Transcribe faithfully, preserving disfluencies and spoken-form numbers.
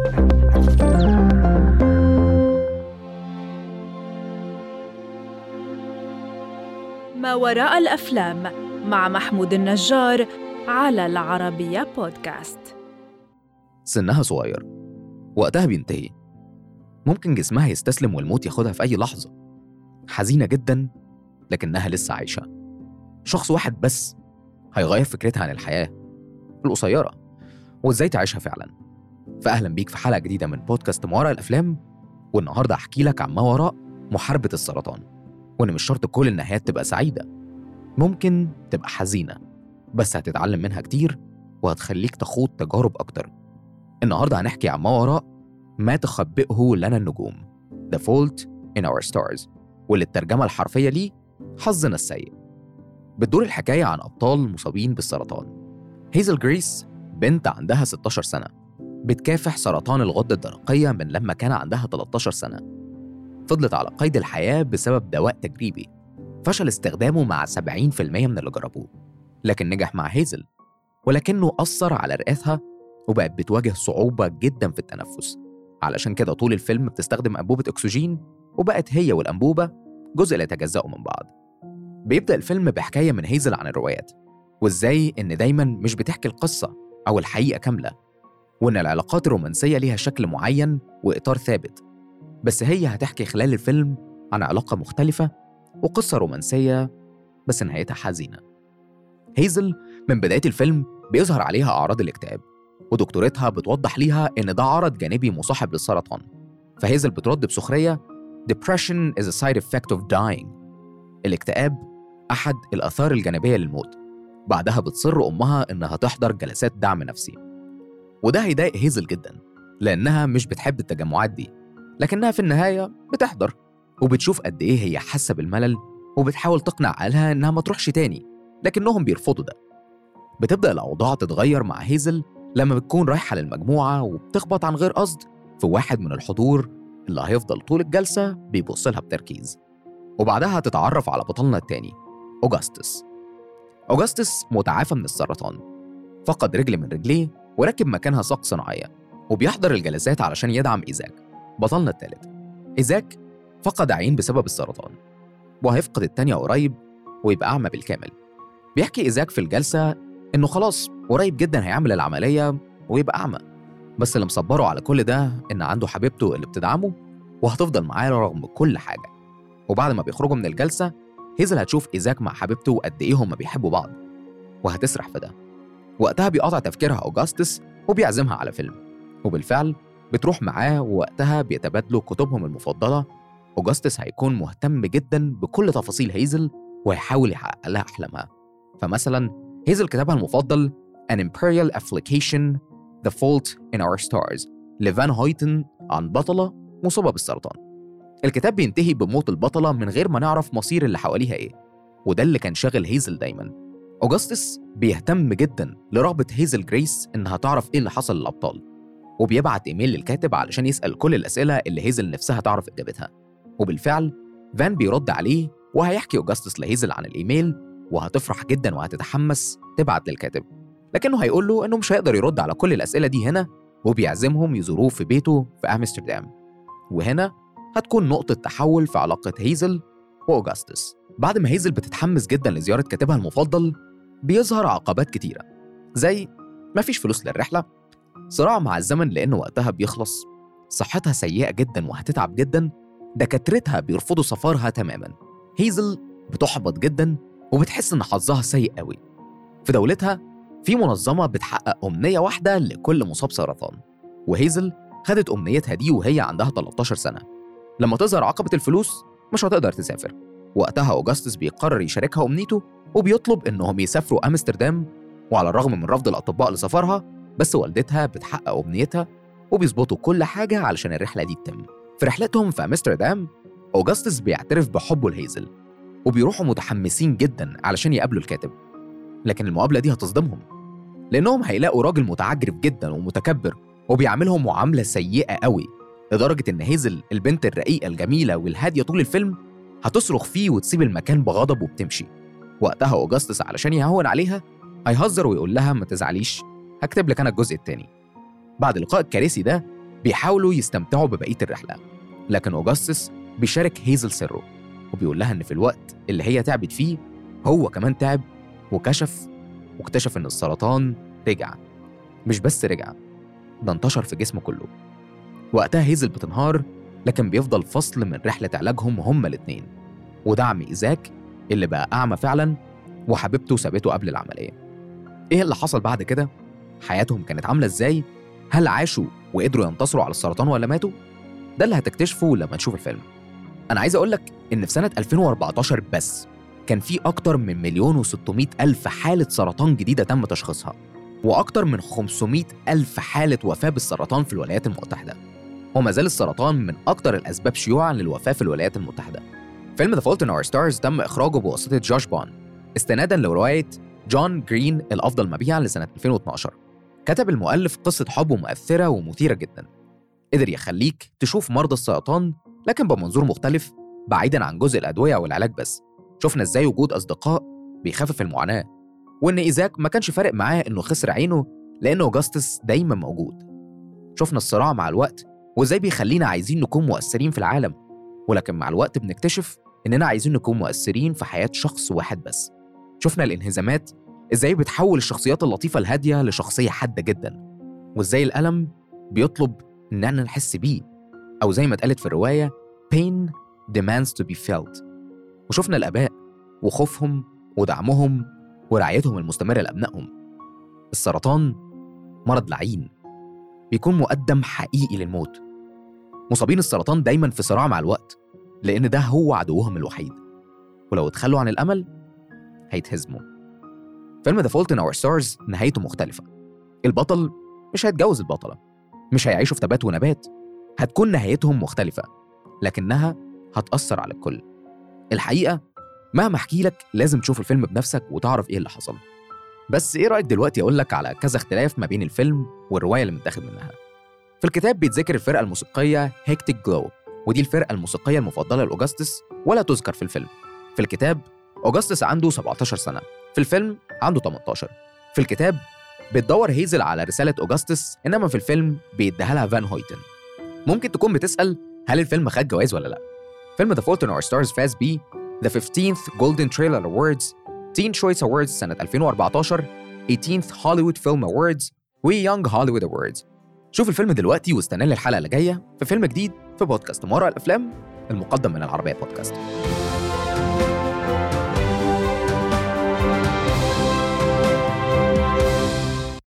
ما وراء الأفلام مع محمود النجار على العربية بودكاست. سنها صغير، وقتها بينتهي، ممكن جسمها يستسلم والموت ياخدها في أي لحظة. حزينة جداً لكنها لسه عايشة. شخص واحد بس هيغير فكرتها عن الحياة القصيرة وإزاي تعيشها فعلاً. فأهلاً بيك في حلقة جديدة من بودكاست ما وراء الأفلام، والنهاردة أحكي لك عن ما وراء محاربة السرطان. وإن مش شرط كل النهايات تبقى سعيدة، ممكن تبقى حزينة بس هتتعلم منها كتير وهتخليك تخوض تجارب أكتر. النهاردة هنحكي عن ما وراء ما تخبئه لنا النجوم The Fault in Our Stars، واللي الترجمة الحرفية ليه حظنا السيء. بتدور الحكاية عن أبطال مصابين بالسرطان. هيزل جريس بنت عندها ستاشر سنة، بتكافح سرطان الغدة الدرقية من لما كان عندها تلتاشر سنة. فضلت على قيد الحياة بسبب دواء تجريبي فشل استخدامه مع سبعين بالمية من اللي جربوه، لكن نجح مع هيزل، ولكنه أثر على رئتها وبقت بتواجه صعوبة جدا في التنفس. علشان كده طول الفيلم بتستخدم أنبوبة أكسجين، وبقت هي والأنبوبة جزء لا يتجزأوا من بعض. بيبدأ الفيلم بحكاية من هيزل عن الروايات، وإزاي إن دايما مش بتحكي القصة أو الحقيقة كاملة، وإن العلاقات الرومانسية ليها شكل معين وإطار ثابت. بس هي هتحكي خلال الفيلم عن علاقة مختلفة وقصة رومانسية بس نهايتها حزينة. هيزل من بداية الفيلم بيظهر عليها أعراض الاكتئاب، ودكتورتها بتوضح ليها إن ده عرض جانبي مصاحب للسرطان. فهيزل بترد بسخرية Depression is a side effect of dying. الاكتئاب أحد الآثار الجانبية للموت. بعدها بتصر أمها إنها تحضر جلسات دعم نفسي، وده هيضايق هيزل جدا لأنها مش بتحب التجمعات دي، لكنها في النهاية بتحضر وبتشوف قد إيه هي حاسة بالملل، وبتحاول تقنع أهلها إنها ما تروحش تاني، لكنهم بيرفضوا ده. بتبدأ الأوضاع تتغير مع هيزل لما بتكون رايحة للمجموعة وبتخبط عن غير قصد في واحد من الحضور اللي هيفضل طول الجلسة بيبص لها بتركيز. وبعدها تتعرف على بطلنا التاني أوغسطس. أوغسطس متعافى من السرطان، فقد رجل من رجليه وركب مكانها ساق صناعية، وبيحضر الجلسات علشان يدعم إيزاك بطلنا الثالث. إيزاك فقد عين بسبب السرطان، وهيفقد التانية قريب ويبقى أعمى بالكامل. بيحكي إيزاك في الجلسة إنه خلاص قريب جدا هيعمل العملية ويبقى أعمى، بس اللي مصبره على كل ده إن عنده حبيبته اللي بتدعمه وهتفضل معاه رغم كل حاجة. وبعد ما بيخرجوا من الجلسة، هيزل هتشوف إيزاك مع حبيبته وقد إيه هما بيحبوا بعض، وهتسرح في ده. وقتها بيقاطع تفكيرها أوغسطس وبيعزمها على فيلم، وبالفعل بتروح معاه، ووقتها بيتبادلوا كتبهم المفضلة. أوغسطس هيكون مهتم جدا بكل تفاصيل هيزل وهيحاول يحقق لها أحلامها. فمثلا هيزل كتابها المفضل An Imperial Affliction The Fault in Our Stars لفان هويتن عن بطلة مصابة بالسرطان. الكتاب بينتهي بموت البطلة من غير ما نعرف مصير اللي حواليها إيه، وده اللي كان شاغل هيزل دايما. أوغسطس بيهتم جدا لرغبة هيزل جريس إنها تعرف إيه اللي حصل للأبطال، وبيبعت إيميل للكاتب علشان يسأل كل الأسئلة اللي هيزل نفسها تعرف إجابتها. وبالفعل فان بيرد عليه، وهيحكي أوغسطس لهيزل عن الإيميل، وهتفرح جدا وهتتحمس تبعت للكاتب، لكنه هيقول له إنه مش هيقدر يرد على كل الأسئلة دي هنا، وبيعزمهم يزوروه في بيته في أمستردام. وهنا هتكون نقطة تحول في علاقة هيزل وأوغسطس. بعد ما هيزل بتتحمس جدا لزيارة كاتبها المفضل، بيظهر عقبات كتيرة، زي مفيش فلوس للرحلة، صراع مع الزمن لأنه وقتها بيخلص، صحتها سيئة جدا وهتتعب جدا، دكاترتها بيرفضوا سفرها تماما. هيزل بتحبط جدا وبتحس إن حظها سيء قوي. في دولتها في منظمة بتحقق أمنية واحدة لكل مصاب سرطان، وهيزل خدت أمنيتها دي وهي عندها تلتاشر سنة. لما تظهر عقبة الفلوس مش هتقدر تسافر. وقتها أوغسطس بيقرر يشاركها أمنيته، وبيطلب إنهم يسافروا أمستردام. وعلى الرغم من رفض الأطباء لسفرها، بس والدتها بتحقق أمنيتها وبيظبطوا كل حاجة علشان الرحلة دي تتم. في رحلتهم في أمستردام، أوغسطس بيعترف بحبه لهيزل، وبيروحوا متحمسين جدا علشان يقابلوا الكاتب. لكن المقابلة دي هتصدمهم، لأنهم هيلاقوا راجل متعجرف جدا ومتكبر وبيعاملهم معاملة سيئة قوي، لدرجة إن هيزل البنت الرقيقة الجميلة والهادية طول الفيلم هتصرخ فيه وتسيب المكان بغضب وبتمشي. وقتها أوغسطس علشان يهون عليها هيهزر ويقول لها ما تزعليش، هكتب لك أنا الجزء التاني. بعد اللقاء الكارثي ده بيحاولوا يستمتعوا ببقية الرحلة، لكن أوغسطس بيشارك هيزل سره وبيقول لها إن في الوقت اللي هي تعبت فيه هو كمان تعب وكشف واكتشف إن السرطان رجع. مش بس رجع، ده انتشر في جسمه كله. وقتها هيزل بتنهار، لكن بيفضل فصل من رحلة علاجهم هما الاتنين ودعم إيزاك اللي بقى أعمى فعلاً، وحبيبته سابته قبل العملية. إيه اللي حصل بعد كده؟ حياتهم كانت عاملة إزاي؟ هل عاشوا وقدروا ينتصروا على السرطان ولا ماتوا؟ ده اللي هتكتشفه لما تشوف الفيلم. أنا عايز أقولك إن في سنة ألفين وأربعتاشر بس كان في أكتر من مليون وستمائة ألف حالة سرطان جديدة تم تشخيصها، وأكتر من خمسمائة ألف حالة وفاة بالسرطان في الولايات المتحدة. وما زال السرطان من أكتر الأسباب شيوعاً للوفاة في الولايات المتحدة. فيلم The Fault in Our Stars تم إخراجه بواسطة جوش بون استناداً لرواية جون جرين الأفضل مبيعاً لسنة ألفين واثناشر. كتب المؤلف قصة حب مؤثرة ومثيرة جداً، قدر يخليك تشوف مرضى السرطان لكن بمنظور مختلف بعيداً عن جزء الأدوية والعلاج بس. شفنا إزاي وجود أصدقاء بيخفف المعاناة، وإن إيزاك ما كانش فارق معاه إنه خسر عينه لأنه أوغسطس دايماً موجود. شفنا الصراع مع الوقت وإزاي بيخلينا عايزين نكون مؤثرين في العالم، ولكن مع الوقت بنكتشف إننا عايزين نكون مؤثرين في حياة شخص واحد بس. شفنا الانهزامات إزاي بتحول الشخصيات اللطيفة الهادية لشخصية حادة جداً، وإزاي الألم بيطلب إننا نحس بيه، أو زي ما اتقالت في الرواية pain demands to be felt. وشفنا الآباء وخوفهم ودعمهم ورعايتهم المستمرة لأبنائهم. السرطان مرض لعين بيكون مقدم حقيقي للموت. مصابين السرطان دايماً في صراع مع الوقت، لأن ده هو عدوهم الوحيد، ولو اتخلوا عن الأمل هيتهزموا. فيلم The Fault in Our Stars نهايته مختلفة. البطل مش هيتجوز البطلة، مش هيعيشوا في تبات ونبات، هتكون نهايتهم مختلفة لكنها هتأثر على الكل. الحقيقة مهما أحكي لك لازم تشوف الفيلم بنفسك وتعرف إيه اللي حصل. بس إيه رأيك دلوقتي أقول لك على كذا اختلاف ما بين الفيلم والرواية اللي متاخد منها؟ في الكتاب بيتذكر الفرقة الموسيقية هيكتيك جلو، ودي الفرقة الموسيقية المفضلة لأوغسطس ولا تذكر في الفيلم. في الكتاب أوغسطس عنده سبعتاشر سنة، في الفيلم عنده ثمانية عشر. في الكتاب بتدور هيزل على رسالة أوغسطس، إنما في الفيلم بيديها لها فان هويتن. ممكن تكون بتسأل هل الفيلم خد جوائز ولا لأ؟ فيلم The Fault in Our Stars فاز بيه The fifteenth Golden Trailer Awards، Teen Choice Awards سنة ألفين وأربعتاشر، eighteenth Hollywood Film Awards و Young Hollywood Awards. شوف الفيلم دلوقتي واستنى لي الحلقة اللي جاية في فيلم جديد في بودكاست ما وراء الأفلام المقدم من العربية بودكاست.